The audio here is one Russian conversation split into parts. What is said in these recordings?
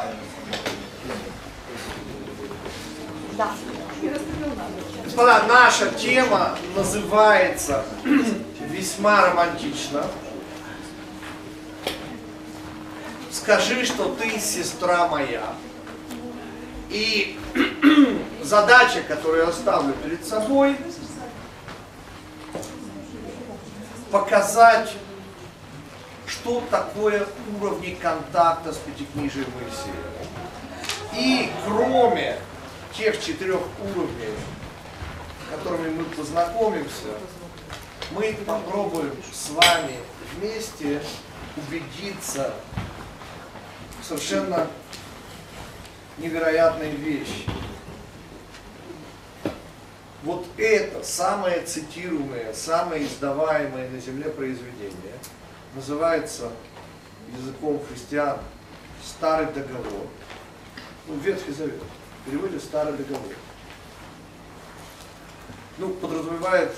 Да. Господа, наша тема называется весьма романтично. Скажи, что ты сестра моя. И задача, которую я ставлю перед собой, показать, что такое уровни контакта с Пятикнижием Моисея. И кроме тех 4 уровней, с которыми мы познакомимся, мы попробуем с вами вместе убедиться в совершенно невероятной вещи. Вот это самое цитируемое, самое издаваемое на земле произведение называется языком христиан Старый Договор. Ну, Ветхий Завет. В переводе Старый Договор. Ну, подразумевает,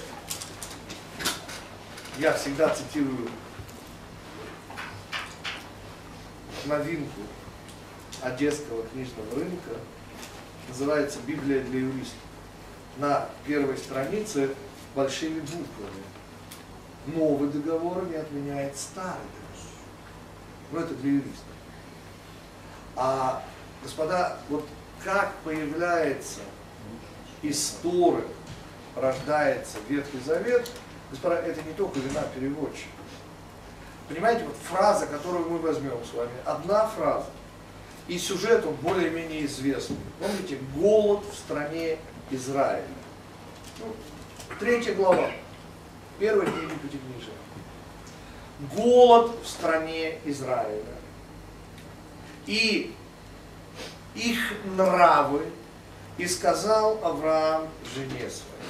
я всегда цитирую новинку одесского книжного рынка, называется «Библия для юристов». На первой странице большими буквами. Новый договор не отменяет старый договор. Но это для юристов. А, господа, вот как появляется из Торы, рождается Ветхий Завет, господа, это не только вина переводчика. Понимаете, вот фраза, которую мы возьмем с вами, одна фраза, и сюжет он более-менее известный. Помните, голод в стране Израиля. Ну, 3 глава, 1 книга Пятикнижия. Голод в стране Израиля. И их нравы, и сказал Авраам жене своей.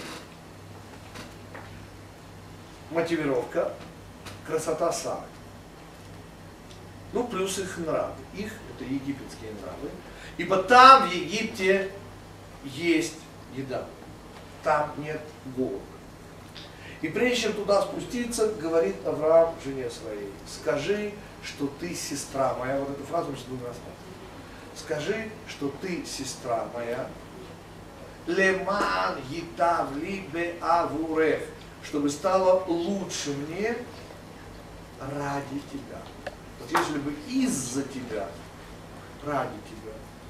Мотивировка, красота Сары. Ну, плюс их нравы. Их, это египетские нравы. Ибо там, в Египте, есть еда. Там нет голода. И прежде чем туда спуститься, говорит Авраам жене своей: скажи, что ты сестра моя. Вот эту фразу мы сейчас будем рассматривать. Скажи, что ты сестра моя. Леман етав ли бе авурех. Чтобы стало лучше мне ради тебя. Вот если бы из-за тебя, ради тебя.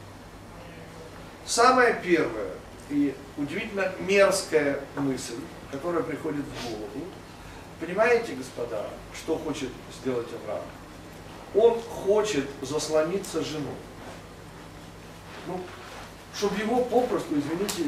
Самое первое и удивительно мерзкая мысль, которая приходит в голову. Понимаете, господа, что хочет сделать Авраам? Он хочет заслониться женой. Ну, чтобы его попросту, извините,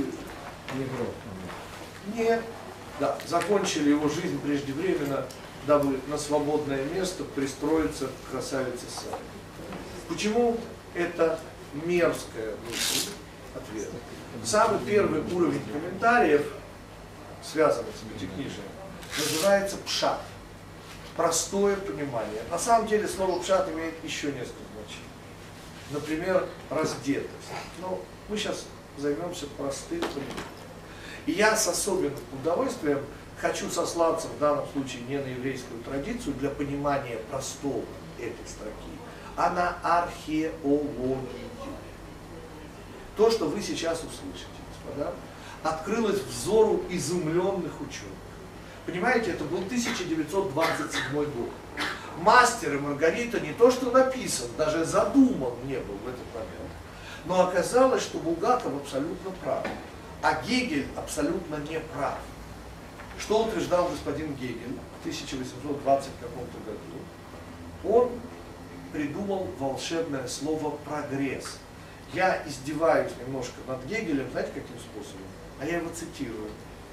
не закончили его жизнь преждевременно, дабы на свободное место пристроиться к красавице Саре. Почему это мерзкая мысль? Ответ. Самый первый уровень комментариев, связанный с Пятикнижием, называется пшат. Простое понимание. На самом деле слово пшат имеет еще несколько значений. Например, раздетость. Но мы сейчас займемся простым пониманием. И я с особенным удовольствием хочу сослаться в данном случае не на еврейскую традицию для понимания простого этой строки, а на археологию. То, что вы сейчас услышите, господа, открылось взору изумленных ученых. Понимаете, это был 1927 год. «Мастер и Маргарита» не то что написан, даже задуман не был в этот момент. Но оказалось, что Булгаков абсолютно прав, а Гегель абсолютно не прав. Что утверждал господин Гегель в 1820 каком-то году? Он придумал волшебное слово «прогресс». Я издеваюсь немножко над Гегелем, знаете, каким способом? А я его цитирую.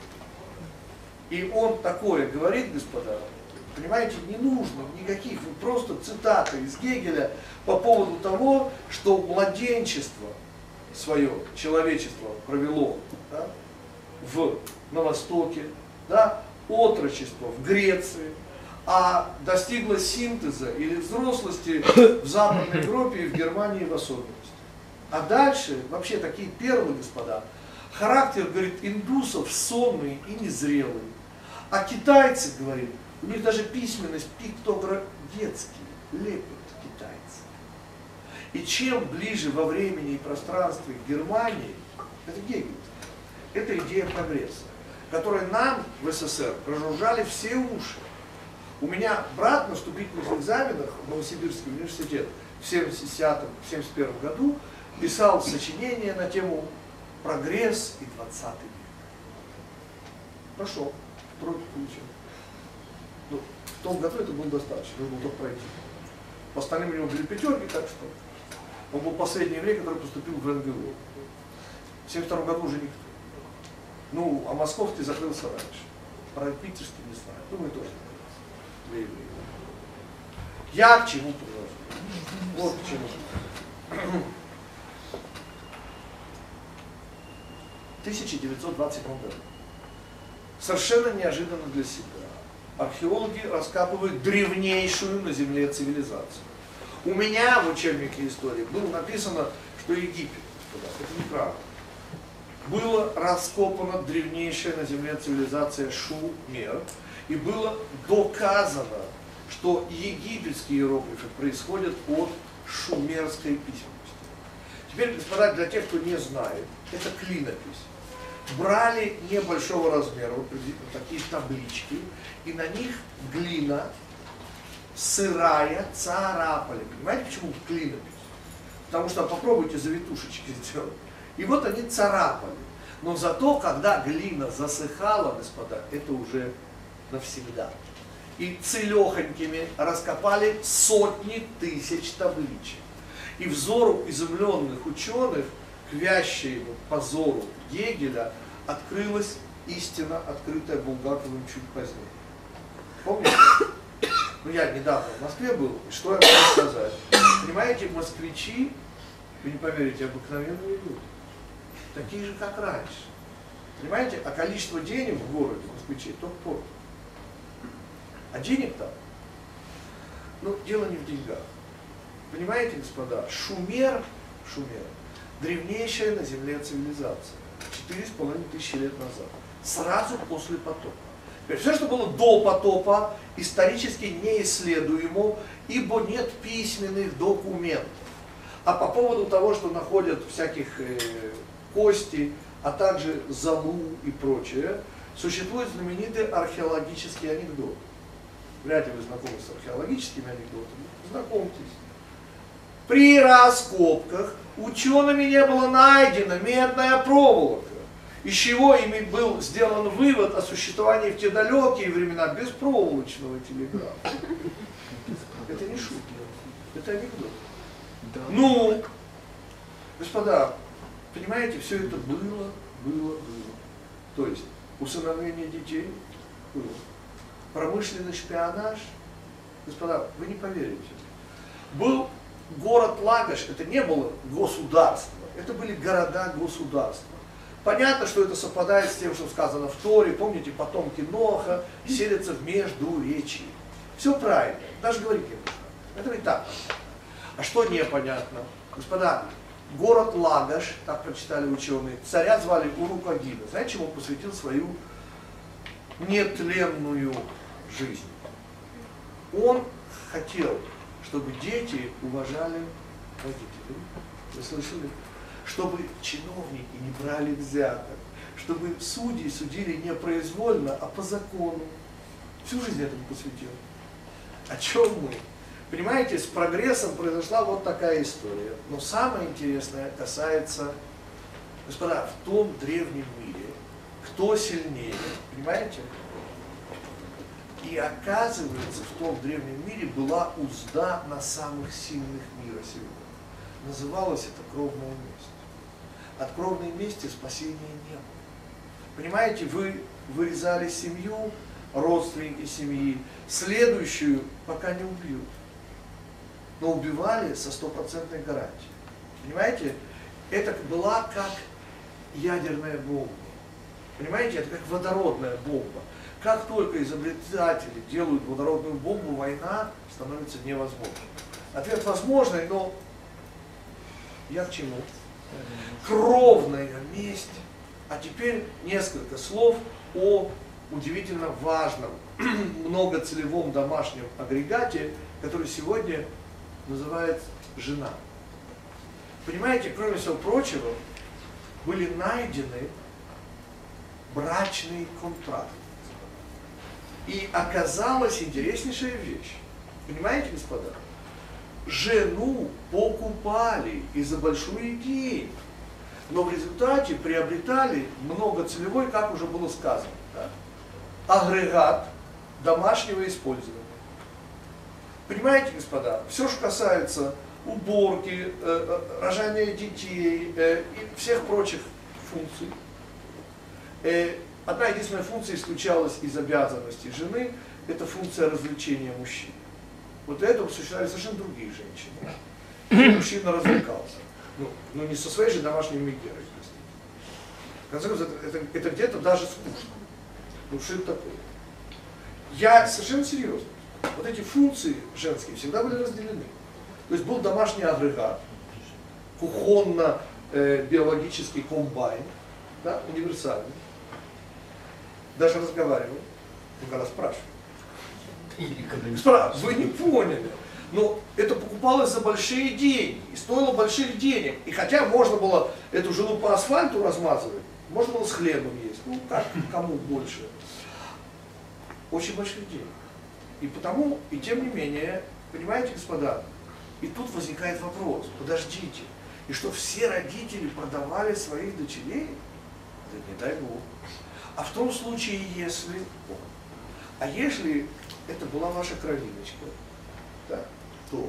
И он такое говорит, господа, понимаете, не нужно никаких, просто цитаты из Гегеля по поводу того, что младенчество свое, человечество провело, да, на Востоке, да, отрочество в Греции, а достигло синтеза или взрослости в Западной Европе и в Германии в особенности. А дальше, вообще такие перлы, господа, характер, говорит, индусов сонный и незрелый. А китайцы, говорит, у них даже письменность, пиктограф детский, лепят китайцы. И чем ближе во времени и пространстве к Германии, это Гегель, это идея прогресса, которой нам в СССР прожужжали все уши. У меня брат на вступительных экзаменах в Новосибирский университет в 1970-1971 году писал сочинение на тему «Прогресс и 20 век». Прошел, тройку получил. Ну, в том году это было достаточно, нужно было только пройти. По остальным у него были пятерки, так что он был последний еврей, который поступил в НГУ. В 1972 году уже никто. Ну, а московский закрылся раньше. Про питерский не знаю. Думаю, тоже закрылся. Для евреев. Я к чему подвожу? Вот к чему. 1927 году. Совершенно неожиданно для себя. Археологи раскапывают древнейшую на Земле цивилизацию. У меня в учебнике истории было написано, что Египет. Это неправда. Было раскопана древнейшая на Земле цивилизация Шумер. И было доказано, что египетские иероглифы происходят от шумерской письменности. Теперь, господа, для тех, кто не знает, это клинопись. Брали небольшого размера, вот такие таблички, и на них глина сырая царапали. Понимаете, почему клинопись? Потому что попробуйте завитушечки сделать. И вот они царапали. Но зато, когда глина засыхала, господа, это уже навсегда. И целехонькими раскопали сотни тысяч табличек. И взору изумленных ученых, к вящему позору Гегеля, открылась истина, открытая Булгаковым чуть позднее. Помните? Ну, я недавно в Москве был, и что я могу сказать? Понимаете, москвичи, вы не поверите, обыкновенные люди. Такие же, как раньше. Понимаете? А количество денег в городе москвичей только портит. А денег там? Ну, дело не в деньгах. Понимаете, господа, Шумер, древнейшая на Земле цивилизация, 4500 лет назад, сразу после потопа. Все, что было до потопа, исторически неисследуемо, ибо нет письменных документов. А по поводу того, что находят всяких кости, а также золу и прочее, существует знаменитый археологический анекдот. Вряд ли вы знакомы с археологическими анекдотами. Знакомьтесь. При раскопках учеными не было найдена медная проволока, из чего ими был сделан вывод о существовании в те далекие времена беспроволочного телеграфа. Это не шутка, это анекдот. Ну, господа, понимаете, все это было. То есть усыновление детей было. Промышленный шпионаж, господа, вы не поверите. Был город Лагош, это не было государство, это были города-государства. Понятно, что это совпадает с тем, что сказано в Торе, помните, потомки Ноха селятся в Междуречии. Все правильно, даже говорить не нужно. Это и так. А что непонятно? Господа, город Лагош, так прочитали ученые, царя звали Урукагида. Знаете, чему он посвятил свою нетленную жизнь? Он хотел, чтобы дети уважали родителей. Вы слышали? Чтобы чиновники не брали взяток, чтобы судьи судили не произвольно, а по закону. Всю жизнь этому посвятил. О чем мы? Понимаете, с прогрессом произошла вот такая история. Но самое интересное касается, господа, в том древнем мире, кто сильнее, понимаете? И оказывается, в том древнем мире была узда на самых сильных мира сего. Называлось это кровная месть. От кровной мести спасения не было. Понимаете, вы вырезали семью, родственники семьи, следующую пока не убьют. Но убивали со стопроцентной гарантией. Понимаете, это была как ядерная бомба. Понимаете, это как водородная бомба. Как только изобретатели делают водородную бомбу, война становится невозможной. Ответ возможный, но я к чему? Кровная месть. А теперь несколько слов о удивительно важном, многоцелевом домашнем агрегате, который сегодня называется жена. Понимаете, кроме всего прочего, были найдены брачные контракты. И оказалась интереснейшая вещь. Понимаете, господа? Жену покупали и за большую деньги, но в результате приобретали многоцелевой, как уже было сказано, да, агрегат домашнего использования. Понимаете, господа, все, что касается уборки, рожания детей и всех прочих функций, одна единственная функция исключалась из обязанностей жены, это функция развлечения мужчин. Вот для этого существовали совершенно другие женщины. Мужчина развлекался. Ну не со своей же домашней мегерой. В конце концов, это где-то даже скучно. Ну что это такое? Я совершенно серьезно. Вот эти функции женские всегда были разделены. То есть был домашний агрегат, кухонно-биологический комбайн, да, универсальный. Даже разговаривал, ну когда спрашивал. Вы не поняли. Но это покупалось за большие деньги, и стоило больших денег. И хотя можно было эту жену по асфальту размазывать, можно было с хлебом есть. Ну как, кому больше. Очень больших денег. И потому, и тем не менее, понимаете, господа, и тут возникает вопрос, подождите, и что все родители продавали своих дочерей? Да не дай Бог. А в том случае, если, а если это была ваша кровиночка, да, то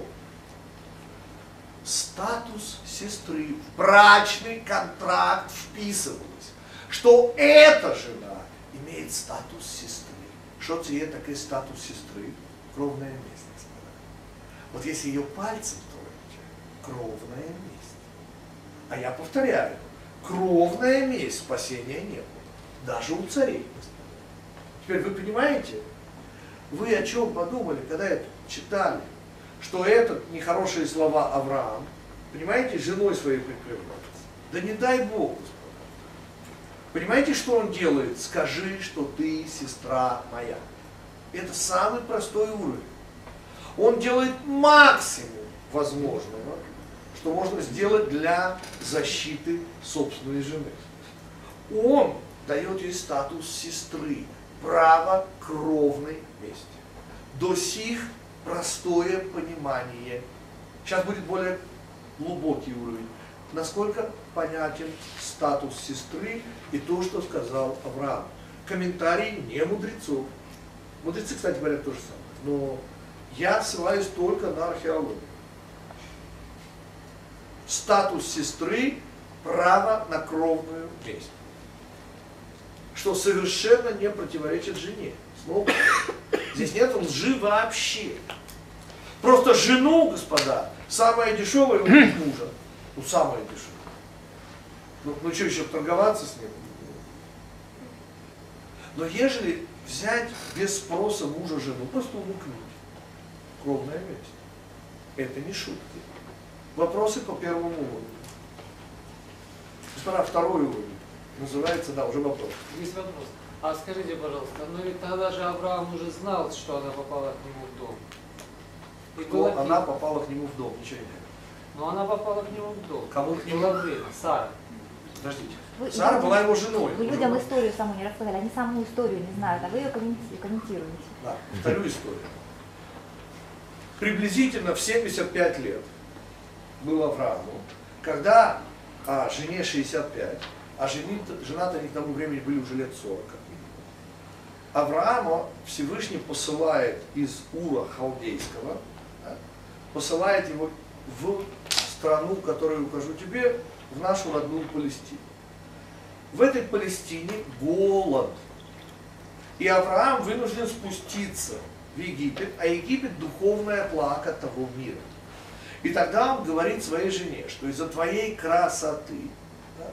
статус сестры в брачный контракт вписывалось, что эта жена имеет статус сестры. Что это такое статус сестры? Кровная месть. Вот если ее пальцем трогать, кровная месть. А я повторяю, кровная месть, спасения не было. Даже у царей. Теперь вы понимаете, вы о чем подумали, когда это читали, что это нехорошие слова Авраам, понимаете, женой своей прикрывается. Да не дай Бог, господа. Понимаете, что он делает? Скажи, что ты сестра моя. Это самый простой уровень. Он делает максимум возможного, что можно сделать для защиты собственной жены. Он дает ей статус сестры, право кровной мести. До сих простое понимание. Сейчас будет более глубокий уровень. Насколько понятен статус сестры и то, что сказал Авраам. Комментарий не мудрецов. Мудрецы, кстати, говорят то же самое. Но я ссылаюсь только на археологию. Статус сестры, право на кровную месть. Что совершенно не противоречит жене. Снова, здесь нет лжи вообще. Просто жену, господа, самое дешевое у мужа. Ну, самое дешевое. Ну что, еще торговаться с ним? Но ежели взять без спроса мужа жену, просто умыкнуть, кровная месть. Это не шутки. Вопросы по первому уровню. Господа, второй уровень. Называется, да, уже вопрос. Есть вопрос. А скажите, пожалуйста, ну ведь тогда же Авраам уже знал, что она попала к нему в дом. И Кто она попала к нему в дом? Ничего не понимаю. Но она попала к нему в дом. Кому к нему? Было время. Сара. Подождите. Сара была его женой. Вы людям историю саму не рассказали, они саму историю не знают, а вы ее комментируете. Да, повторю историю. Приблизительно в 75 лет было Аврааму, когда жене 65, а жена-то они к тому времени были уже лет 40. Авраама Всевышний посылает из Ура Халдейского, да, посылает его в страну, которую укажу тебе, в нашу родную Палестину. В этой Палестине голод. И Авраам вынужден спуститься в Египет, а Египет духовная плака того мира. И тогда он говорит своей жене, что из-за твоей красоты, да,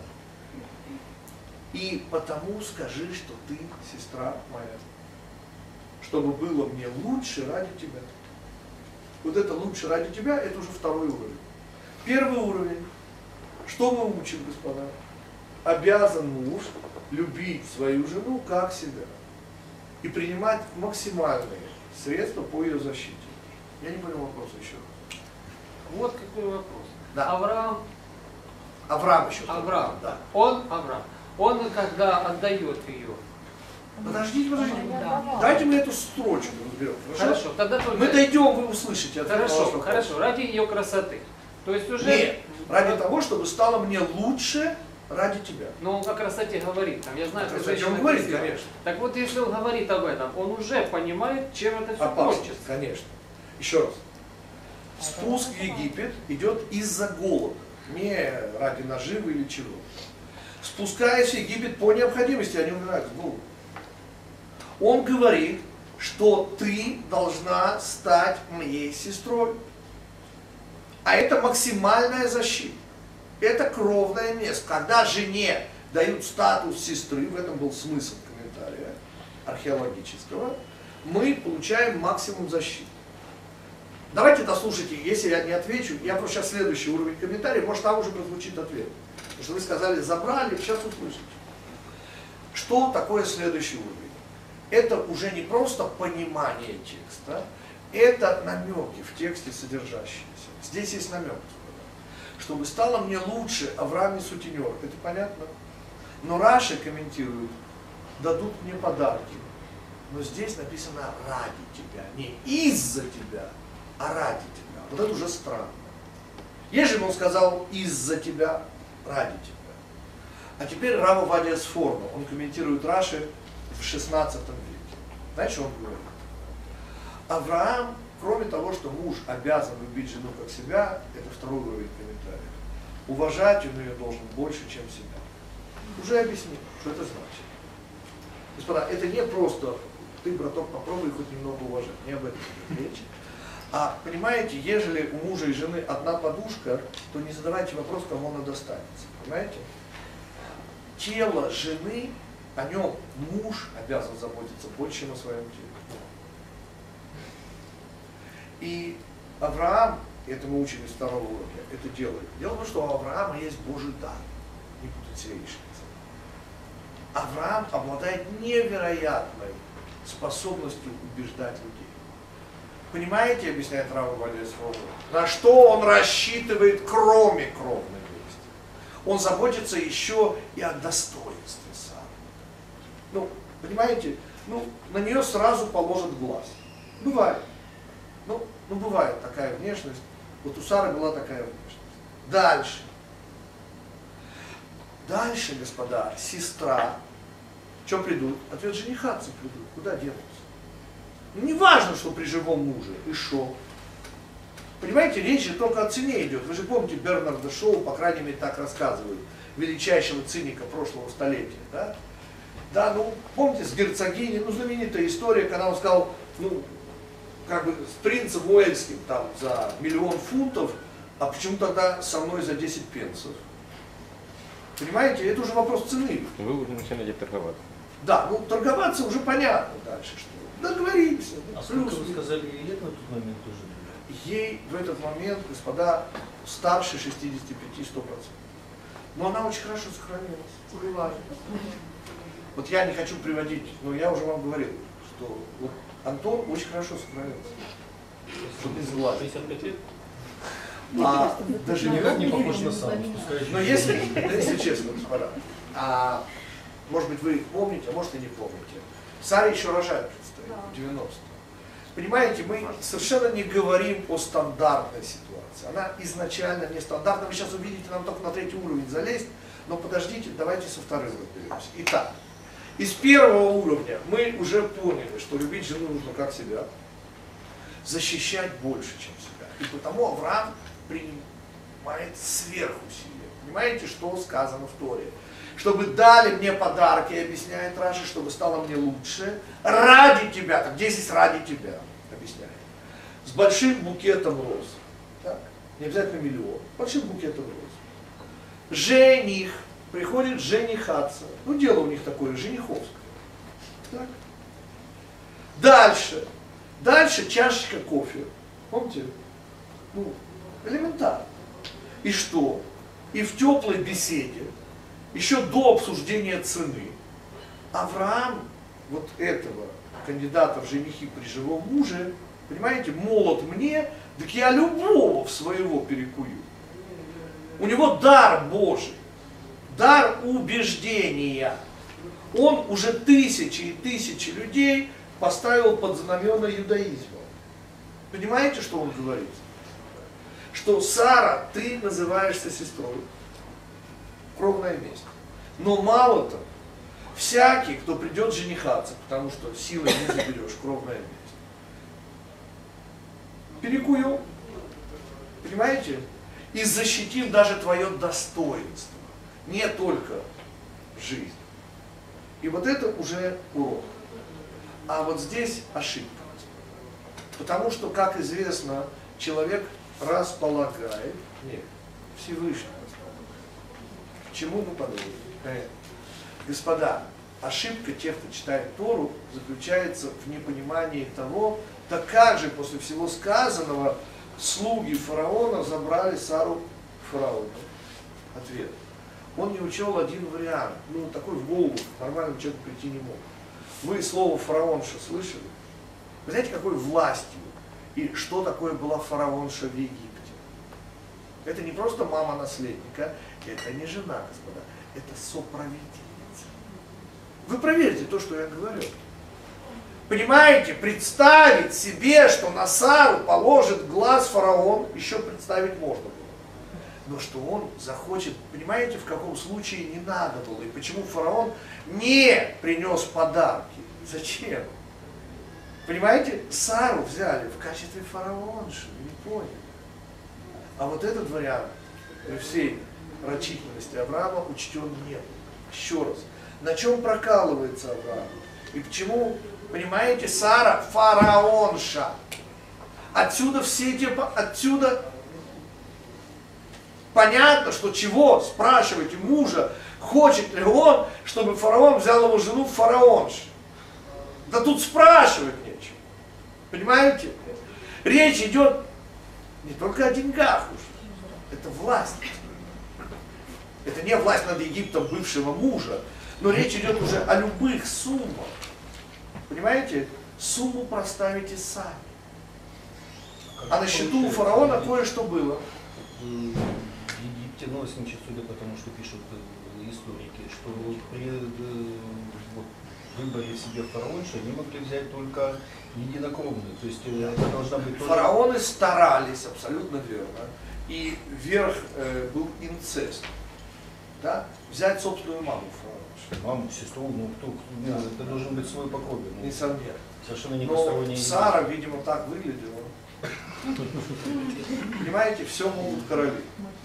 и потому скажи, что ты сестра моя, чтобы было мне лучше ради тебя. Вот это лучше ради тебя, это уже второй уровень. Первый уровень. Что мы учим, господа? Обязан муж любить свою жену как себя и принимать максимальные средства по ее защите. Я не понял вопроса еще. Вот какой вопрос. Да. Авраам Авраам еще. Авраам. Да. Авраам. Он когда отдает ее. Подождите. Да. Дайте мы эту строчку разберем. Хорошо, тогда только... Мы дойдем, вы услышите. ответ на ваш вопрос. Хорошо, ради ее красоты. То есть уже... Нет, ради того, чтобы стало мне лучше ради тебя. Но он о красоте говорит, там, я знаю, О что красоте женщина он говорит, красивая. конечно. Так вот, если он говорит об этом, он уже понимает, чем это все Опасность, кончится. конечно. Еще раз. Спуск в Египет идет из-за голода, не ради наживы или чего. Спускаясь в Египет по необходимости, они умирают с голоду. Он говорит, что ты должна стать моей сестрой. А это максимальная защита. Это кровное место. Когда жене дают статус сестры, в этом был смысл комментария археологического, мы получаем максимум защиты. Давайте дослушайте, если я не отвечу, я просто сейчас следующий уровень комментария, может там уже прозвучит ответ. Потому что вы сказали, забрали, сейчас услышите. Что такое следующий уровень? Это уже не просто понимание текста, это намеки в тексте содержащиеся. Здесь есть намек. Чтобы стало мне лучше, Авраам и сутенер. Это понятно? Но Раши комментирует, дадут мне подарки. Но здесь написано ради тебя. Не из-за тебя, а ради тебя. Вот это уже странно. Если бы он сказал из-за тебя, ради тебя. А теперь Рав Овадия Сфорно. Он комментирует Раши в 16 веке. Знаете, что он говорит? Авраам, кроме того, что муж обязан любить жену как себя, это второй уровень комментариев. Уважать он ее должен больше, чем себя. Уже объяснил, что это значит. Господа, это не просто ты, браток, попробуй хоть немного уважать. Не об этом речь. А понимаете, ежели у мужа и жены одна подушка, то не задавайте вопрос, кому она достанется. Понимаете? Тело жены, о нем муж обязан заботиться больше, чем о своем теле. И Авраам, это мы учили с второго уровня, это делает. Дело в том, что у Авраама есть Божий дар. Не путать с яичницей. Авраам обладает невероятной способностью убеждать людей. Понимаете, объясняет Рав Овадия Сфорно, на что он рассчитывает, кроме кровной мести? Он заботится еще и о достоинстве Сары. Ну, понимаете, на нее сразу положат глаз. Бывает. Ну, бывает такая внешность. Вот у Сары была такая внешность. Дальше, господа, сестра. Что придут? Ответ женихаться придут. Куда денутся? Ну, не важно, что при живом муже. И шо? Понимаете, речь же только о цене идет. Вы же помните Бернарда Шоу, по крайней мере, так рассказывают, величайшего циника прошлого столетия. Да? Да, помните, с герцогиней, знаменитая история, когда он сказал, как бы с принцем Уэльским там за 1 000 000 фунтов, а почему тогда со мной за 10 пенсов? Понимаете, это уже вопрос цены. Вы уже начинаете торговаться. Да, торговаться уже понятно дальше, что договоримся. А сколько вы сказали, ей лет на тот момент уже? Ей в этот момент, господа, старше 65-100%. Но она очень хорошо сохранилась. Вот я не хочу приводить, но я уже вам говорил, что вот Антон очень хорошо сохранился. Чтобы не сглазить. 65 лет? Даже Никак не похож на сам. Но если честно, господа, может быть вы помните, а может и не помните, Саре еще рожать предстоит в 90-м. Понимаете, мы совершенно не говорим о стандартной ситуации. Она изначально нестандартна. Вы сейчас увидите, нам только на 3-й уровень залезть, но подождите, давайте со вторым разберемся. Итак, из 1-го уровня мы уже поняли, что любить жену нужно как себя, защищать больше, чем себя. И потому Авраам принимает сверхусилие. Понимаете, что сказано в Торе? Чтобы дали мне подарки, объясняет Раши, чтобы стало мне лучше, ради тебя. Так где здесь ради тебя? Объясняет. С большим букетом роз. Так? Не обязательно 1 000 000. Большим букетом роз. Жених. Приходит женихаться. Дело у них такое, жениховское. Так? Дальше чашечка кофе. Помните? Элементарно. И что? И в теплой беседе, еще до обсуждения цены, Авраам вот этого кандидата в женихи при живом муже, понимаете, молод мне, так я любого в своего перекую. У него дар Божий, дар убеждения. Он уже тысячи и тысячи людей поставил под знамена иудаизма. Понимаете, что он говорит? Что Сара, ты называешься сестрой. Кровная месть. Но мало того, всякий, кто придет женихаться, потому что силой не заберешь, кровная месть, перекуем. Понимаете? И защитим даже твое достоинство. Не только жизнь. И вот это уже урок. А вот здесь ошибка. Потому что, как известно, человек располагает, нет, Всевышний располагает. К чему мы подходим? Господа, ошибка тех, кто читает Тору, заключается в непонимании того, так как же после всего сказанного слуги фараона забрали Сару фараона? Ответ. Он не учел один вариант. Ну, такой в голову нормальному человеку прийти не мог. Вы слово фараонша слышали? Вы знаете, какой властью и что такое была фараонша в Египте? Это не просто мама наследника, это не жена, господа, это соправительница. Вы проверьте то, что я говорю. Понимаете, представить себе, что на Сару положит глаз фараон, еще представить можно было. Но что он захочет, понимаете, в каком случае не надо было, и почему фараон не принес подарки. Зачем? Понимаете, Сару взяли в качестве фараонши, вы не поняли. А вот этот вариант при всей рачительности Авраама учтен не был. Еще раз, на чем прокалывается Авраам? И почему, понимаете, Сара фараонша? Отсюда все эти, отсюда понятно, что чего, спрашивайте мужа, хочет ли он, чтобы фараон взял его жену в фараонши. Да тут спрашивать нечего. Понимаете? Речь идет не только о деньгах уже. Это власть. Это не власть над Египтом бывшего мужа, но речь идет уже о любых суммах. Понимаете? Сумму проставите сами. А на счету у фараона кое-что было. В Египте носничать, судя по тому, что пишут историки, что при выборе себе фараонши они могли взять только единокровную. То есть это должна быть тоже... Фараоны старались, абсолютно верно. И вверх был инцест. Да? Взять собственную маму фараонши. Маму, сестру, ну кто? Да. Это должен быть свой по крови. Ну, несомненно. Совершенно не Но посторонний. Сара, видимо, так выглядела. Понимаете, все могут короли.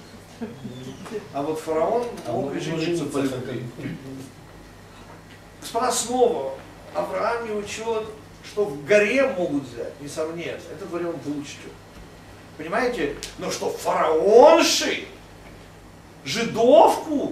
А вот фараон мог и жениться по любви. Господа, снова Авраам не учет, что в горе могут взять, несомненно. Этот вариант был учтен. Понимаете? Но что фараонши, жидовку,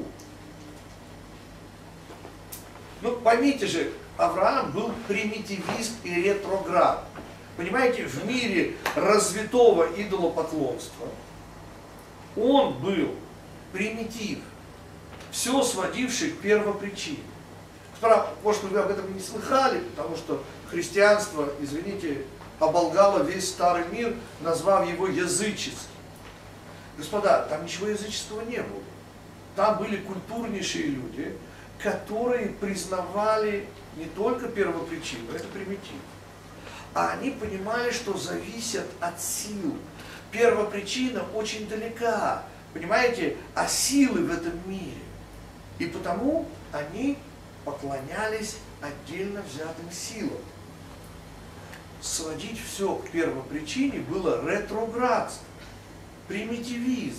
ну поймите же, Авраам был примитивист и ретроград. Понимаете, в мире развитого идолопоклонства он был примитив, все сводивший к первопричине. Может, вы об этом не слыхали, потому что христианство, извините, оболгало весь старый мир, назвав его языческим. Господа, там ничего языческого не было. Там были культурнейшие люди, которые признавали не только первопричину, это примитив, а они понимали, что зависят от сил. Первопричина очень далека, понимаете, а силы в этом мире. И потому они поклонялись отдельно взятым силам. Сводить все к первопричине было ретроградство, примитивизм.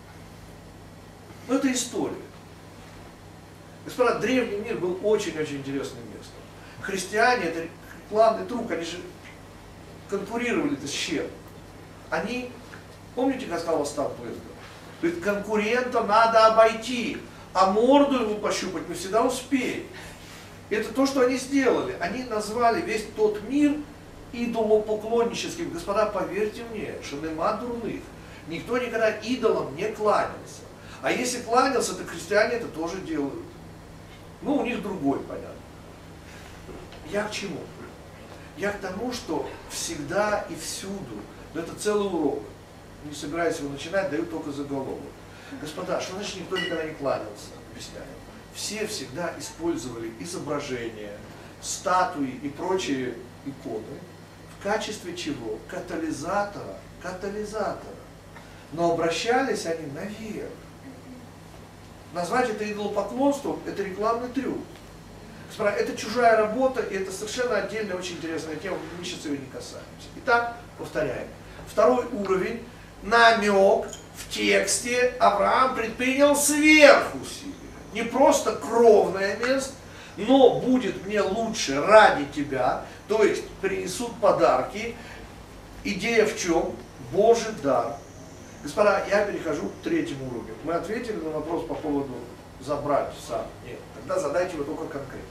Но это история. Господа, древний мир был очень-очень интересным местом. Христиане, это рекламный трюк, они же конкурировали-то с чем? Они, помните, как сказал Остап Плызгов? Говорит, конкурента надо обойти, а морду ему пощупать мы всегда успеем. Это то, что они сделали. Они назвали весь тот мир идолопоклонническим. Господа, поверьте мне, что нема дурных. Никто никогда идолам не кланялся. А если кланялся, то христиане это тоже делают. Ну, у них другой, понятно. Я к чему? Я к тому, что всегда и всюду, но это целый урок, не собираюсь его начинать, даю только заголовок, Господа, что значит никто никогда не кланялся? Объясняю. Все всегда использовали изображения, статуи и прочие иконы в качестве чего? Катализатора. Катализатора. Но обращались они наверх. Назвать это идолопоклонством – это рекламный трюк. Господа, это чужая работа, и это совершенно отдельная, очень интересная тема, мы сейчас ее не касаемся. Итак, повторяем. Второй уровень, намек в тексте Авраам предпринял сверхусилие. Не просто кровное место, но будет мне лучше ради тебя, то есть принесут подарки. Идея в чем? Божий дар. Господа, я перехожу к третьему уровню. Мы ответили на вопрос по поводу забрать сам. Нет, тогда задайте его только конкретно.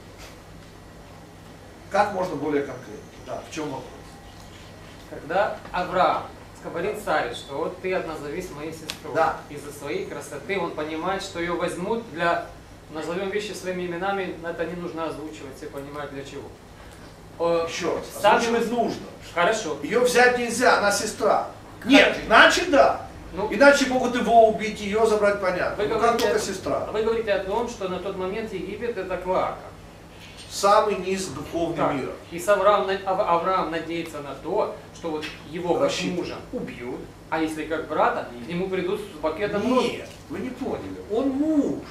Как можно более конкретно? Да, в чем вопрос? Когда Авраам говорит Саре, что вот ты назовись моей сестрой, Да. из-за своей красоты он понимает, что ее возьмут для, назовем вещи своими именами, это не нужно озвучивать, все понимают для чего. Еще раз, Сами озвучивать вы- нужно. Хорошо. Ее взять нельзя, она сестра. Нет, иначе да. Ну, Иначе могут его убить, ее забрать, понятно. Вы Ну как говорите, только сестра. вы говорите о том, что на тот момент Египет это клака. Самый низ духовного Так. мира. И Авраам надеется на то, что вот его как Рассчитывает. мужа убьют, а если как брата, к нему придут с пакетом роз. Нет, вы не поняли. Он муж.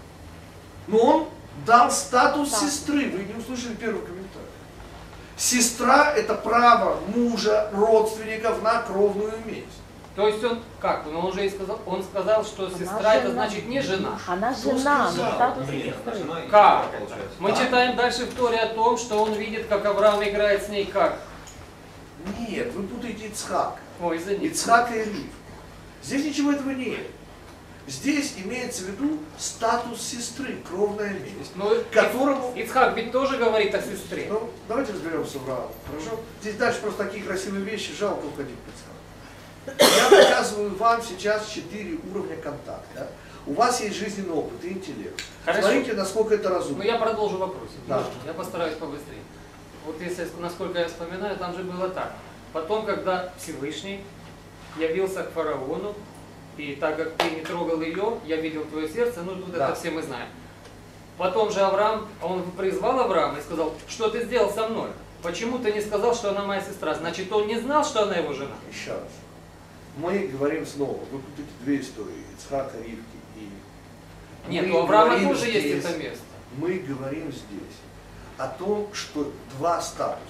Но он дал статус Да. сестры. Вы не услышали первый комментарий. Сестра – это право мужа, родственников на кровную месть. То есть он как? Ну, он же и сказал, он сказал, что Она сестра это жена. значит не жена. Она Кто жена, но сказал? статус Нет, сестры. жена и Как сестра, это? получается. Мы Да. читаем дальше в Торе о том, что он видит, как Авраам играет с ней как? Нет, вы путаете Ицхака. Ой, извините. Ицхак и Ривку. Здесь ничего этого нет. Здесь имеется в виду статус сестры, кровная месть, Ну, которому... Ицхак ведь тоже говорит о сестре. Ну, давайте разберемся с Авраамом, хорошо? Здесь дальше просто такие красивые вещи, жалко уходить в Ицхака. Я показываю вам сейчас 4 уровня контакта. У вас есть жизненный опыт и интеллект. Хорошо. Смотрите, насколько это Ну разумно. я продолжу вопрос. Да. Можно? Я постараюсь побыстрее. Вот если, насколько я вспоминаю, там же было так. Потом, когда Всевышний явился к фараону, и так как ты не трогал ее, я видел твое сердце, ну тут Да. это все мы знаем. Потом же Авраам, он призвал Авраама и сказал, что ты сделал со мной? Почему ты не сказал, что она моя сестра? Значит, он не знал, что она его жена? Еще раз. Мы говорим снова, вы путаете две истории, Ицхака, Ривки и... Нет, Мы у Авраама говорим тоже есть здесь- это место. Мы говорим здесь о том, что два статуса.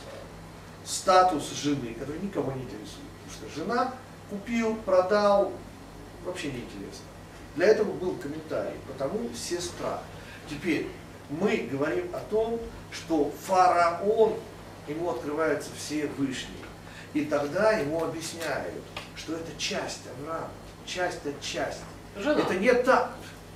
Статус жены, который никого не интересует. Потому что жена купил, продал, вообще не интересно. Для этого был комментарий, потому сестра. Теперь мы говорим о том, что фараон, ему открываются все вышние. И тогда ему объясняют, что это часть Авраама, часть от части. Жена. Это не так.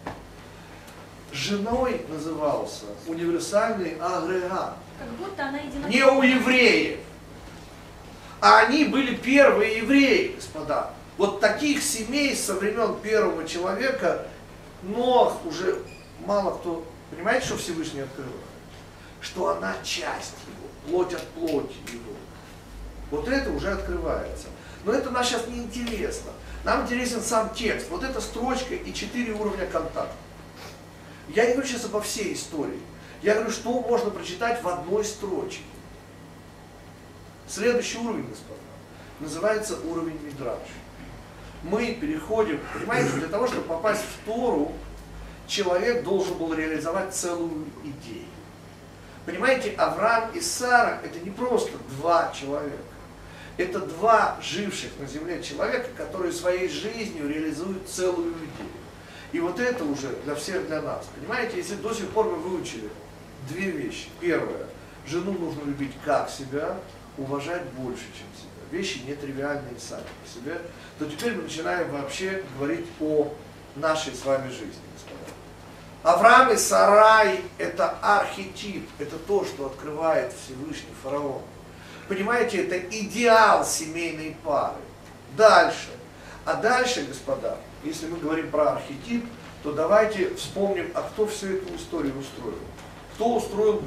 Женой назывался универсальный агрегат. Как будто она единокровная. Не у евреев. А они были первые евреи, господа. Вот таких семей со времен первого человека, но уже мало кто, понимаете, что Всевышний открывает? Что она часть его, плоть от плоти его. Вот это уже открывается. Но это нам сейчас не интересно. Нам интересен сам текст. Вот эта строчка и 4 уровня контакта. Я не говорю сейчас обо всей истории. Я говорю, что можно прочитать в одной строчке. Следующий уровень, господа, называется уровень Мидраш. Мы переходим, понимаете, для того, чтобы попасть в Тору, человек должен был реализовать целую идею. Понимаете, Авраам и Сара это не просто два человека. Это два живших на земле человека, которые своей жизнью реализуют целую идею. И вот это уже для всех, для нас. Понимаете, если до сих пор мы выучили две вещи. Первое, жену нужно любить как себя, уважать больше, чем себя. Вещи нетривиальные сами по себе. То теперь мы начинаем вообще говорить о нашей с вами жизни, господа. Авраам и Сарай – это архетип, это то, что открывает Всевышний фараон. Понимаете, это идеал семейной пары. Дальше. А дальше, господа, если мы говорим про архетип, то давайте вспомним, а кто всю эту историю устроил. Кто устроил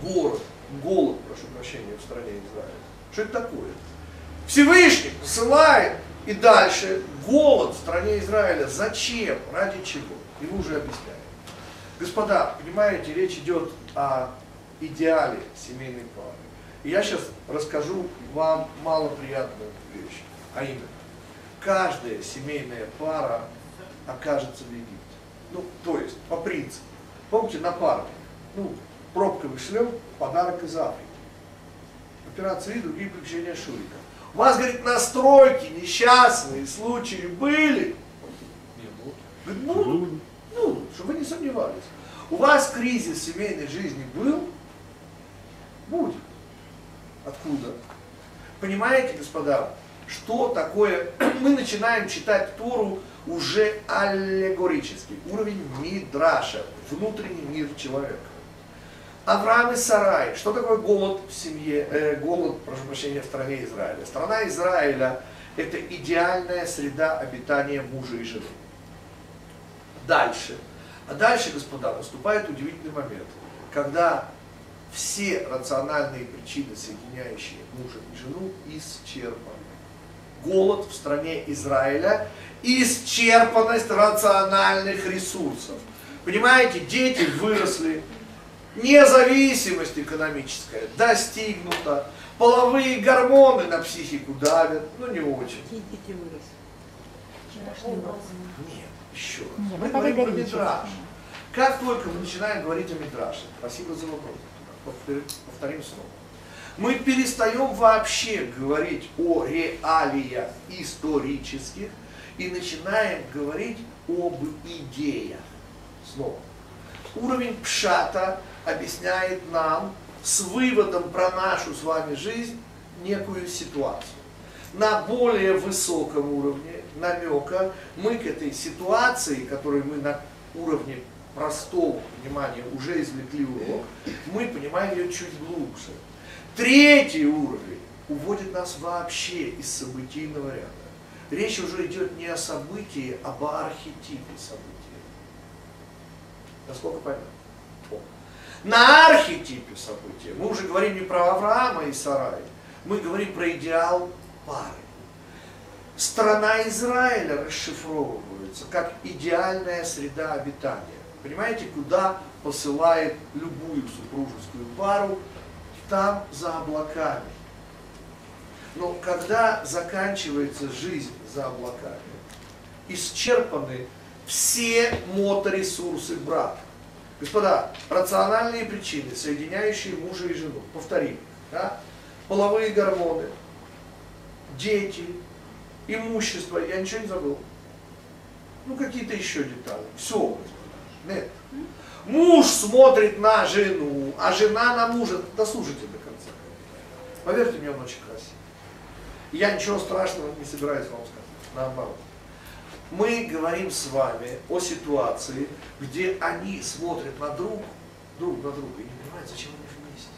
голод, прошу прощения, в стране Израиля. Что это такое? Всевышний посылает И дальше, голод в стране Израиля. Зачем? Ради чего? Ему уже объясняют. Господа, понимаете, речь идет о идеале семейной пары. И я сейчас расскажу вам малоприятную вещь. А именно, каждая семейная пара окажется в Египте. Ну, то есть, по принципу. Помните, на парке, ну, пробковый шлем, подарок из Африки. Операция и другие приключения Шурика. У вас, говорит, настройки, несчастные случаи были? Говорит, будут. Ну, чтобы вы не сомневались. У вас кризис семейной жизни был? Будет. Откуда? Понимаете, господа, что такое? Мы начинаем читать Тору уже аллегорически. Уровень мидраша, внутренний мир человека. Авраам и Сарай. Что такое голод в семье, голод, прошу прощения, в стране Израиля? Страна Израиля – это идеальная среда обитания мужа и жены. Дальше. А дальше, господа, наступает удивительный момент, когда все рациональные причины, соединяющие мужа и жену, исчерпаны. Голод в стране Израиля – исчерпанность рациональных ресурсов. Понимаете, дети выросли, независимость экономическая достигнута, половые гормоны на психику давят, ну не очень. Дети выросли. Нет, еще раз. Нет, Мы это говорим про аллегорически. мидраш. Как только мы начинаем говорить о мидраше, спасибо за вопрос, повторим снова, мы перестаем вообще говорить о реалиях исторических и начинаем говорить об идеях. Снова. Уровень пшата объясняет нам с выводом про нашу с вами жизнь некую ситуацию. На более высоком уровне намека мы к этой ситуации, которую мы на уровне простого понимания уже извлекли урок, мы понимаем ее чуть глубже. Третий уровень уводит нас вообще из событийного ряда. Речь уже идет не о событии, а об архетипе события. Насколько понятно? На архетипе события мы уже говорим не про Авраама и Сарай, мы говорим про идеал пары. Страна Израиля расшифровывается как идеальная среда обитания. Понимаете, куда посылает любую супружескую пару? Там, за облаками. Но когда заканчивается жизнь за облаками, исчерпаны все моторесурсы брака. Господа, рациональные причины, соединяющие мужа и жену, повторим, да? Половые гормоны, дети, имущество, я ничего не забыл. Ну, какие-то еще детали. Все, господа. Нет. Муж смотрит на жену, а жена на мужа. Дослушайте до конца. Поверьте мне, он очень красивый. Я ничего страшного не собираюсь вам сказать. Наоборот. Мы говорим с вами о ситуации, где они смотрят друг на друга и не понимают, зачем они вместе.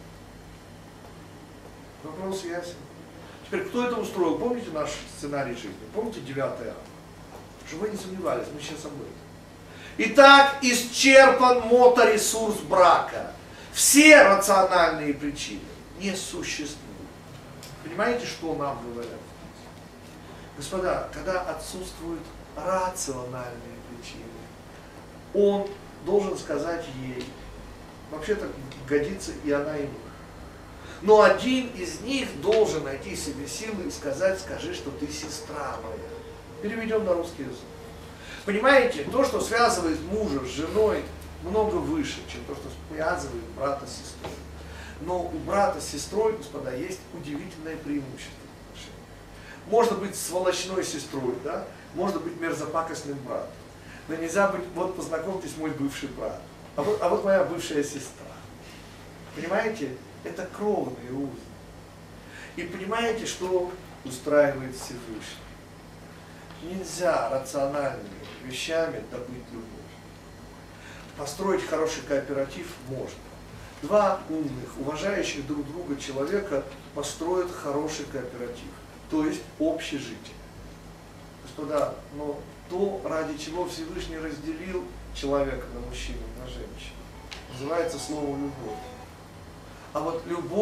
Вопрос ясен. Теперь, кто это устроил? Помните наш сценарий жизни? Помните 9 ава? Чтобы вы не сомневались, мы сейчас об этом. Итак, исчерпан моторесурс брака. Все рациональные причины не существуют. Понимаете, что нам говорят? Господа, когда отсутствуют рациональные причины, он должен сказать ей, вообще-то годится и она ему. Но один из них должен найти себе силы и сказать, скажи, что ты сестра моя. Переведем на русский язык. Понимаете, то, что связывает мужа с женой, много выше, чем то, что связывает брата с сестрой. Но у брата с сестрой, господа, есть удивительное преимущество. Можно быть сволочной сестрой, да? Можно быть мерзопакостным братом. Но нельзя быть, вот познакомьтесь, мой бывший брат. А вот моя бывшая сестра. Понимаете? Это кровные узы. И понимаете, что устраивает Всевышний? Нельзя рациональными вещами добыть любовь. Построить хороший кооператив можно. Два умных, уважающих друг друга человека построят хороший кооператив. То есть общежитие. Господа, но то, ради чего Всевышний разделил человека на мужчину и на женщину, называется слово любовь. А вот любовь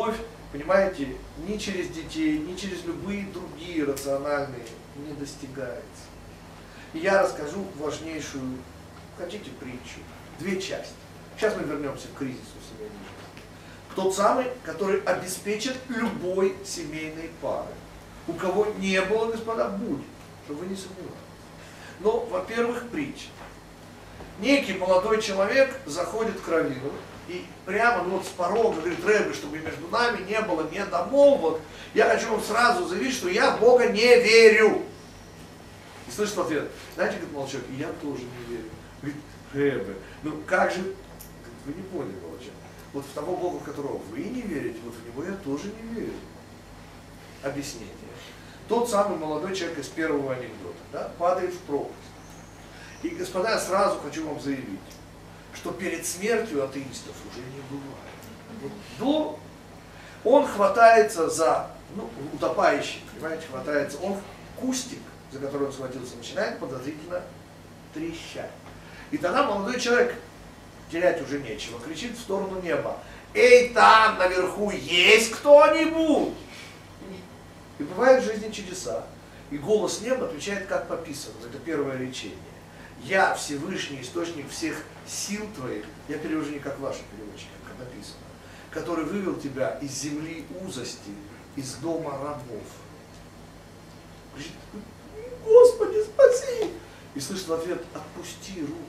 Понимаете, ни через детей, ни через любые другие рациональные не достигается. И я расскажу важнейшую, хотите, притчу. 2 части. Сейчас мы вернемся к кризису семейной жизни. Тот самый, который обеспечит любой семейной пары. У кого не было, господа, будет, чтобы вы не сомневались. Но, во-первых, притча. Некий молодой человек заходит к раввину и прямо вот с порога говорит: Рэбби, чтобы между нами не было недомолвок, я хочу вам сразу заявить, что я в Бога не верю. И слышит в ответ: знаете, говорит молодой человек, я тоже не верю. Говорит: Рэбби, ну как же, вы не поняли, молодой человек, вот в того Бога, в которого вы не верите, вот в него я тоже не верю. Объяснение. Тот самый молодой человек из первого анекдота, да, падает в пропасть. И, господа, я сразу хочу вам заявить, что перед смертью атеистов уже не бывает. Вот он хватается за, утопающий, понимаете, хватается, он кустик, за который он схватился, начинает подозрительно трещать. И тогда молодой человек, терять уже нечего, кричит в сторону неба: эй, там наверху есть кто-нибудь? И бывают в жизни чудеса. И голос неба отвечает как по писанному. Это первое речение. Я Всевышний источник всех сил твоих, я перевожу не как ваши переводчики, как написано, который вывел тебя из земли узости, из дома рабов. Говорит: Господи, спаси! И слышит в ответ: отпусти руку.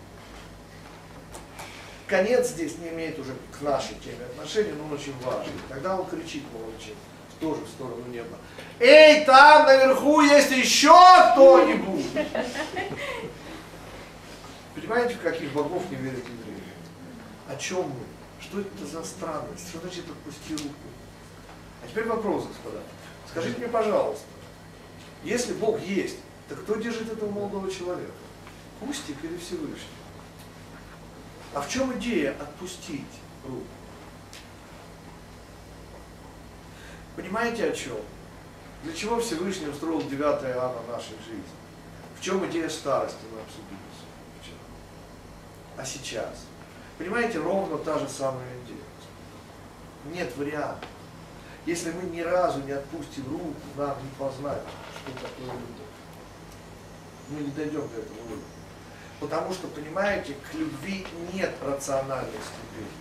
Конец здесь не имеет уже к нашей теме отношения, но он очень важный. Тогда он кричит молча, тоже в сторону неба: эй, там наверху есть еще кто-нибудь? Понимаете, в каких богов не верят евреи? О чем мы? Что это за странность? Что значит отпусти руку? А теперь вопрос, господа. Скажите мне, пожалуйста, если Бог есть, то кто держит этого молодого человека? Кустик или Всевышний? А в чем идея отпустить руку? Понимаете, о чем? Для чего Всевышний устроил 9 ава нашей жизни? В чем идея старости, мы обсудили вчера. А сейчас? Понимаете, ровно та же самая идея. Нет вариантов. Если мы ни разу не отпустим руку, нам не познать, что такое любовь. Мы не дойдем до этого уровня. Потому что, понимаете, к любви нет рациональной ступени.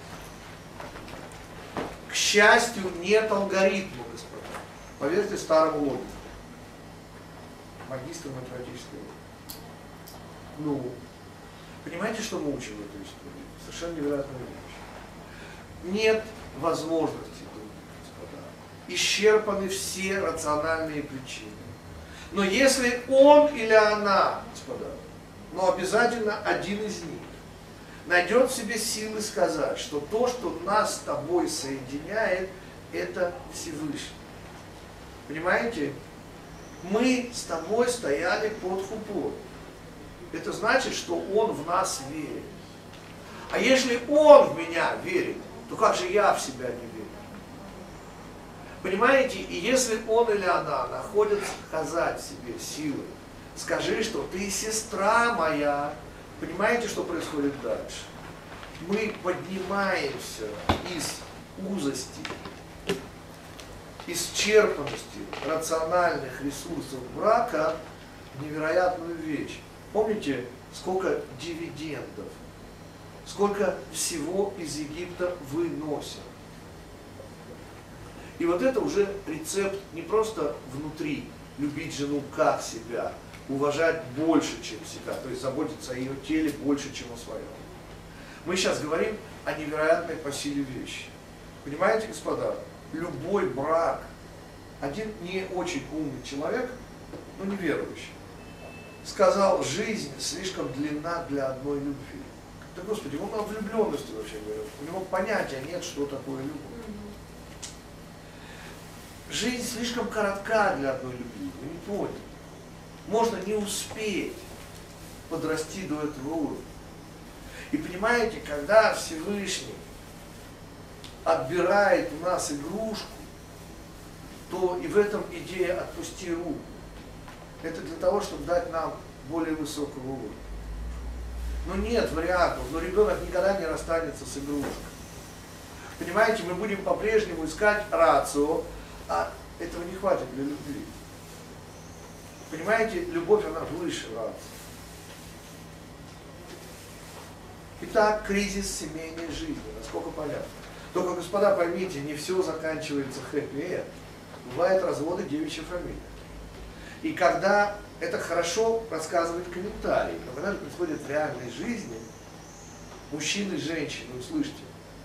К счастью, нет алгоритма, господа. Поверьте старому логику. Магистр математической логики. Понимаете, что мы учим в этой истории? Совершенно невероятную вещь. Нет возможности, господа. Исчерпаны все рациональные причины. Но если он или она, господа, но обязательно один из них, найдет в себе силы сказать, что то, что нас с тобой соединяет, это Всевышний. Понимаете? Мы с тобой стояли под хупой. Это значит, что он в нас верит. А если он в меня верит, то как же я в себя не верю? Понимаете? И если он или она находит сказать себе силы, скажи, что ты сестра моя. Понимаете, что происходит дальше? Мы поднимаемся из узости, исчерпанности рациональных ресурсов брака в невероятную вещь. Помните, сколько дивидендов, сколько всего из Египта выносят. И вот это уже рецепт не просто внутри, любить жену как себя, уважать больше, чем себя, то есть заботиться о ее теле больше, чем о своем. Мы сейчас говорим о невероятной по силе вещи. Понимаете, господа, любой брак, один не очень умный человек, но неверующий, сказал: жизнь слишком длинна для одной любви. Да, Господи, он о влюбленности вообще говорил. У него понятия нет, что такое любовь. Жизнь слишком коротка для одной любви, вы не поняли. Можно не успеть подрасти до этого уровня. И понимаете, когда Всевышний отбирает у нас игрушку, то и в этом идея «отпусти руку». Это для того, чтобы дать нам более высокого уровня. Но нет вариантов, но ребенок никогда не расстанется с игрушкой. Понимаете, мы будем по-прежнему искать рацио, а этого не хватит для любви. Понимаете, любовь, она выше рации. Итак, кризис семейной жизни, насколько понятно. Только, господа, поймите, не все заканчивается хэппи-энд. Бывают разводы девичьей фамилии. И когда это хорошо рассказывать комментарии, но когда это происходит в реальной жизни, мужчины и женщины, услышьте.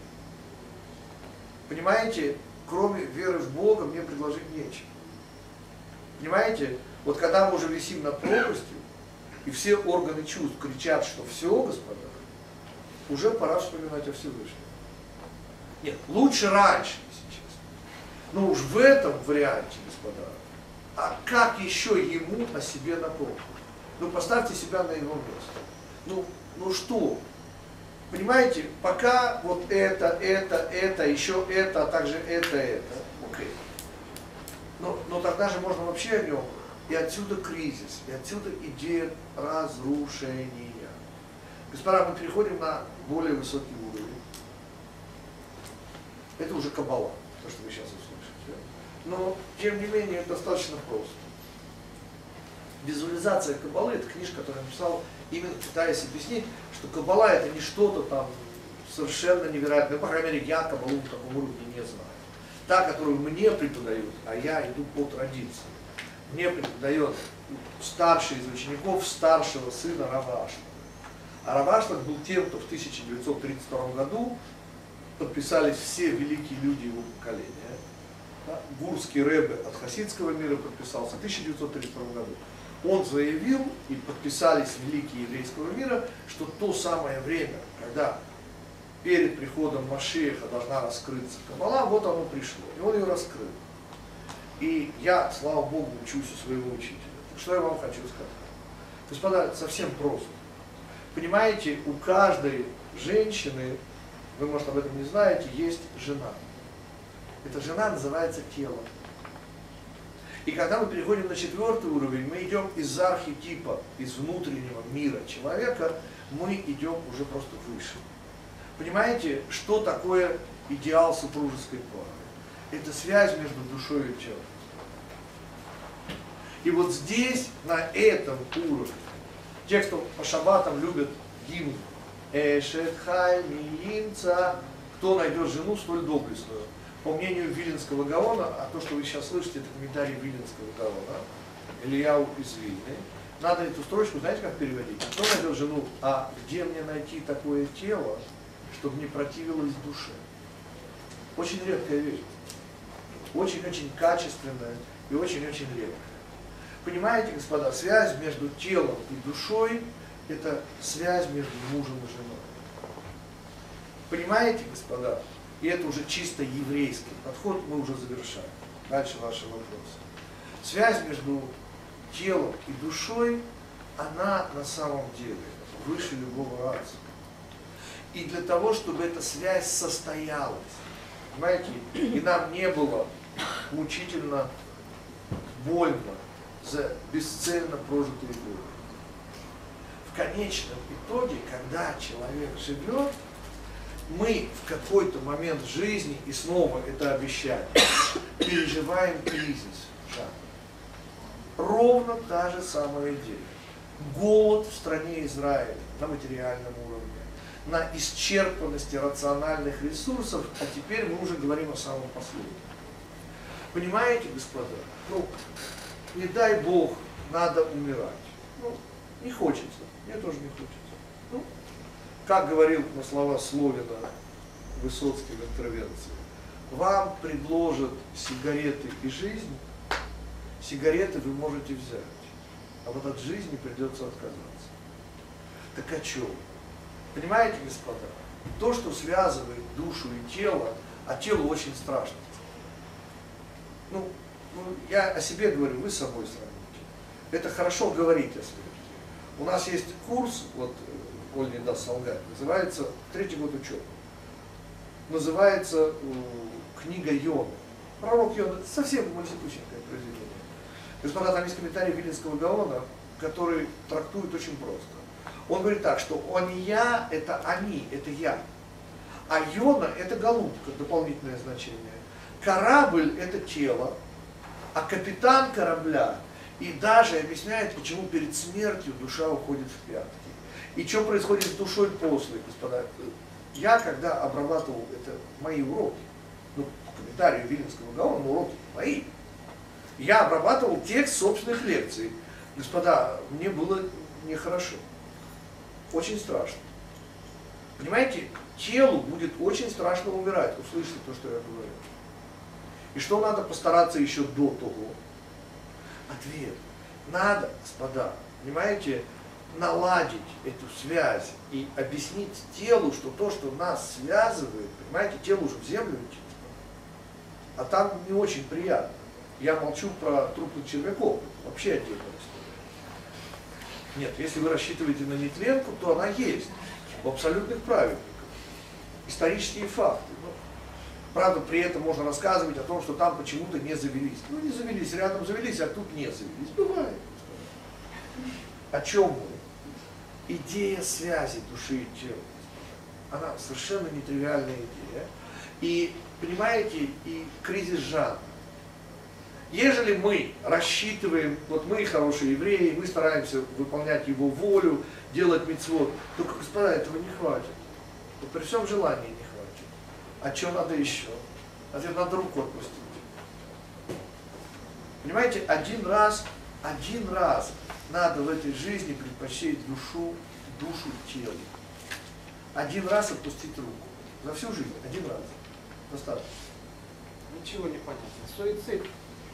Понимаете, кроме веры в Бога мне предложить нечего. Понимаете, вот когда мы уже висим над пропастью, и все органы чувств кричат, что все, господа, уже пора вспоминать о Всевышнем. Нет, лучше раньше, если честно. Но уж в этом варианте, господа, а как еще ему о себе напомнить? Ну, поставьте себя на его место. Ну что? Понимаете, пока вот это, еще это, а также это. Окей. Но тогда же можно вообще о нем. И отсюда кризис, и отсюда идея разрушения. Господа, мы переходим на более высокий уровень. Это уже каббала, то, что вы сейчас услышите. Но, тем не менее, это достаточно просто. Визуализация каббалы – это книжка, которую я написал, именно пытаясь объяснить, что каббала – это не что-то там совершенно невероятное. По крайней мере, я каббалу на таком уровне не знаю. Та, которую мне преподают, а я иду по традиции. Мне преподает старший из учеников старшего сына Рава Ашлака. А Рав Ашлак был тем, кто в 1932 году подписались все великие люди его поколения. Да? Гурский Ребе от хасидского мира подписался в 1932 году. Он заявил, и подписались великие еврейского мира, что то самое время, когда перед приходом Машиаха должна раскрыться каббала, вот оно пришло. И он ее раскрыл. И я, слава Богу, учусь у своего учителя. Что я вам хочу сказать? Господа, совсем просто. Понимаете, у каждой женщины, вы, может, об этом не знаете, есть жена. Эта жена называется тело. И когда мы переходим на 4-й уровень, мы идем из архетипа, из внутреннего мира человека, мы идем уже просто выше. Понимаете, что такое идеал супружеской пары? Это связь между душой и телом. И вот здесь, на этом уровне, те, кто по шаббатам любят гимн «Эшет хай миимца», кто найдет жену столь доблестную. По мнению Виленского Гаона, а то, что вы сейчас слышите, это комментарий Виленского Гаона, Ильяу из Вильны, надо эту строчку, знаете, как переводить? Кто найдет жену, а где мне найти такое тело, чтобы не противилось душе? Очень редкая вещь. Очень-очень качественная и очень-очень редкая. Понимаете, господа, связь между телом и душой – это связь между мужем и женой. Понимаете, господа? И это уже чисто еврейский подход, мы уже завершаем. Дальше ваши вопросы. Связь между телом и душой, она на самом деле выше любого разума. И для того, чтобы эта связь состоялась, понимаете, и нам не было мучительно больно за бесцельно прожитые годы. В конечном итоге, когда человек живет, мы в какой-то момент жизни, и снова это обещание, переживаем кризис. Да. Ровно та же самая идея. Голод в стране Израиля на материальном уровне, на исчерпанности рациональных ресурсов, а теперь мы уже говорим о самом последнем. Понимаете, господа? Не дай Бог, надо умирать. Не хочется. Мне тоже не хочется. Как говорил на слова Словина Высоцкий в интервенции, вам предложат сигареты и жизнь, сигареты вы можете взять, а вот от жизни придется отказаться. Так о чем? Понимаете, господа? То, что связывает душу и тело, а тело очень страшно. Я о себе говорю, вы с собой сравните. Это хорошо говорить о смерти. У нас есть курс, вот Оль не даст солгать, называется, 3-й год учебы. Называется книга Йона. Пророк Йона, совсем малосекущенькое произведение. Господа, там есть комментарий Виленского Гаона, который трактует очень просто. Он говорит так, что он и я, это они, это я. А йона – это голубка, дополнительное значение. Корабль – это тело, а капитан корабля. И даже объясняет, почему перед смертью душа уходит в пятки. И что происходит с душой после, господа. Я, когда обрабатывал, это мои уроки, ну, по комментарию Виленского Гаона, уроки мои, я обрабатывал текст собственных лекций. Господа, мне было нехорошо. Очень страшно. Понимаете, телу будет очень страшно умирать. Услышите то, что я говорю. И что надо постараться еще до того? Ответ. Надо, господа, понимаете, наладить эту связь и объяснить телу, что то, что нас связывает, понимаете, тело уже в землю идти. А там не очень приятно. Я молчу про трупных червяков. Вообще отдельная история. Нет, если вы рассчитываете на нетленку, то она есть. У абсолютных праведников. Исторические факты. Ну, правда, при этом можно рассказывать о том, что там почему-то не завелись. Ну, не завелись, рядом завелись, а тут не завелись. Бывает. О чем мы? Идея связи души и тела. Она совершенно нетривиальная идея. И, понимаете, и кризис жанра. Ежели мы рассчитываем, вот мы хорошие евреи, мы стараемся выполнять его волю, делать мицвот, только, господа, этого не хватит. Вот при всем желании не хватит. А что надо еще? Ответ, надо руку отпустить. Понимаете, один раз надо в этой жизни предпочесть душу телу. Один раз отпустить руку. За всю жизнь, один раз. Достаточно. Ничего не понятно. Суицид.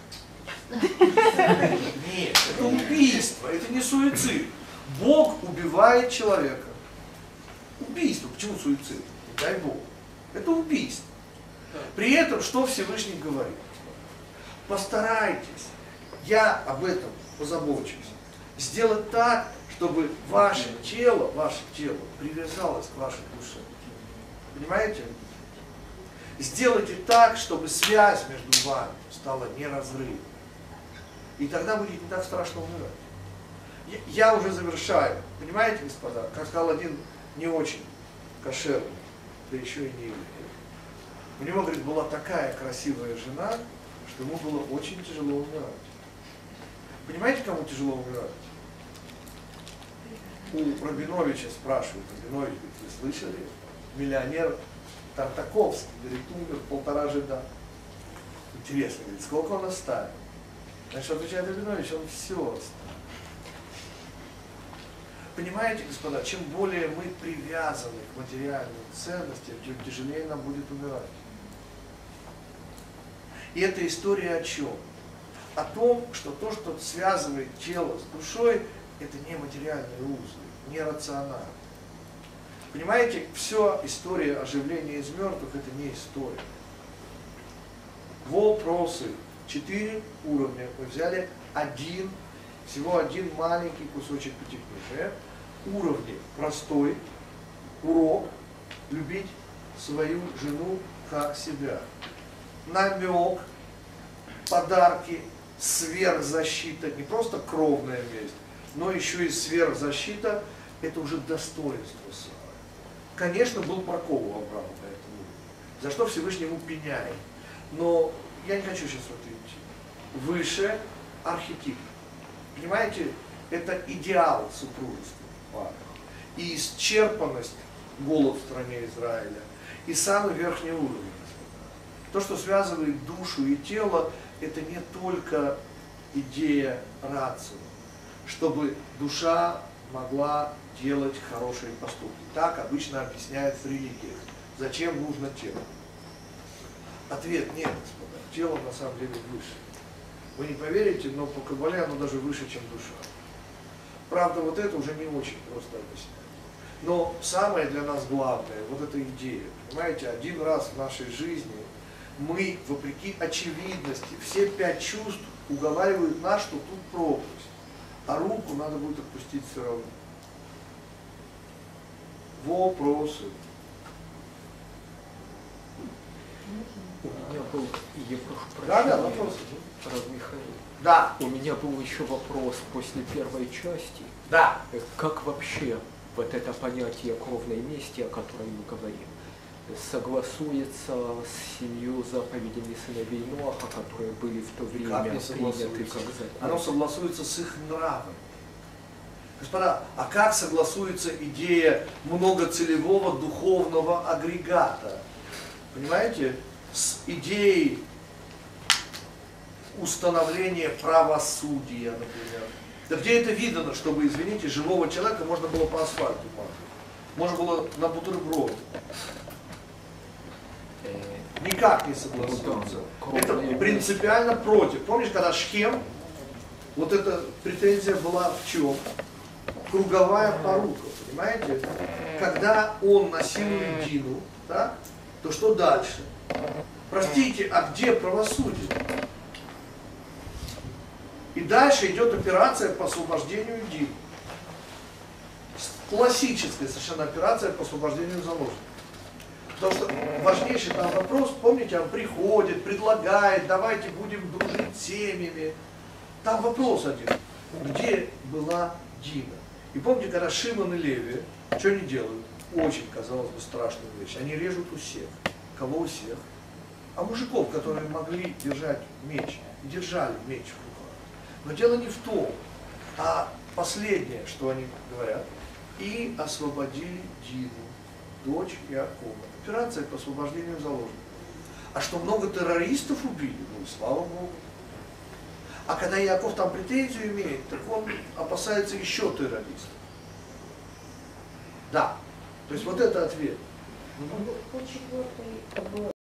Нет, это убийство, это не суицид. Бог убивает человека. Убийство. Почему суицид? Не дай Бог. Это убийство. При этом, что Всевышний говорит? Постарайтесь, я об этом позабочусь, сделать так, чтобы ваше тело привязалось к вашей душе. Понимаете? Сделайте так, чтобы связь между вами стала неразрывной. И тогда будет не так страшно умирать. Я уже завершаю. Понимаете, господа, как сказал один не очень кошерный, да еще и не еврей. У него, говорит, была такая красивая жена, что ему было очень тяжело умирать. Понимаете, кому тяжело умирать? У Рабиновича спрашивают, Рабинович, вы слышали? Миллионер Тартаковский, говорит, умер 1,5 жида. Интересно, говорит, сколько он оставил? Значит, отвечает Рабинович, он все оставил. Понимаете, господа, чем более мы привязаны к материальным ценностям, тем тяжелее нам будет умирать. И эта история о чем? О том, что то, что связывает тело с душой, это не материальные узлы, не рационально. Понимаете, вся история оживления из мертвых – это не история. Вопросы. 4 уровня. Мы взяли всего один маленький кусочек пятикнижия. Уровни простой, урок, любить свою жену как себя. Намек, подарки, сверхзащита, не просто кровная месть, но еще и сверхзащита, это уже достоинство Сары. Конечно, был прокол у Авраама на этом уровне, за что Всевышний ему пеняет. Но я не хочу сейчас в это идти. Выше архетип. Понимаете, это идеал супружества пары. И исчерпанность голод в стране Израиля. И самый верхний уровень. То, что связывает душу и тело, это не только идея рацио, чтобы душа могла делать хорошие поступки. Так обычно объясняется религия. Зачем нужно тело? Ответ нет, господа. Тело на самом деле выше. Вы не поверите, но по Кабале оно даже выше, чем душа. Правда, вот это уже не очень просто объяснять. Но самое для нас главное, вот эта идея. Понимаете, один раз в нашей жизни мы, вопреки очевидности, все 5 чувств уговаривают нас, что тут пропасть. А руку надо будет отпустить все равно. Вопросы. У меня был, я прошу Да, прощения, вопросы. Рав Михаил. Да, У меня был еще вопрос после первой части. да. Как вообще вот это понятие кровной мести, о котором мы говорим, согласуется с 7 заповедями сыновей Ноаха, которые были в то время Как не приняты согласуется? как закон. Оно согласуется с их нравами. Господа, а как согласуется идея многоцелевого духовного агрегата? Понимаете? С идеей установления правосудия, например. Да где это видно, чтобы, извините, живого человека можно было по асфальту мазать? Можно было на бутерброд. Никак не согласуется. Это принципиально против. Помнишь, когда Шхем, вот эта претензия была в чем? Круговая порука, понимаете? Когда он насилует Дину, так, то что дальше? Простите, а где правосудие? И дальше идет операция по освобождению Дины. Классическая совершенно операция по освобождению заложников. Потому что важнейший там вопрос, помните, он приходит, предлагает, давайте будем дружить с семьями. Там вопрос один, где была Дина? И помните, когда Шимон и Леви, что они делают? Очень, казалось бы, страшную вещь. Они режут у всех. Кого у всех? А мужиков, которые могли держать меч. И держали меч в руках. Но дело не в том, а последнее, что они говорят. И освободили Дину, дочь Иакова. Операция по освобождению заложников. А что много террористов убили? Ну, слава Богу. А когда Иаков там претензию имеет, так он опасается еще террористов. Да. То есть вот это ответ. По четвертой, как бы,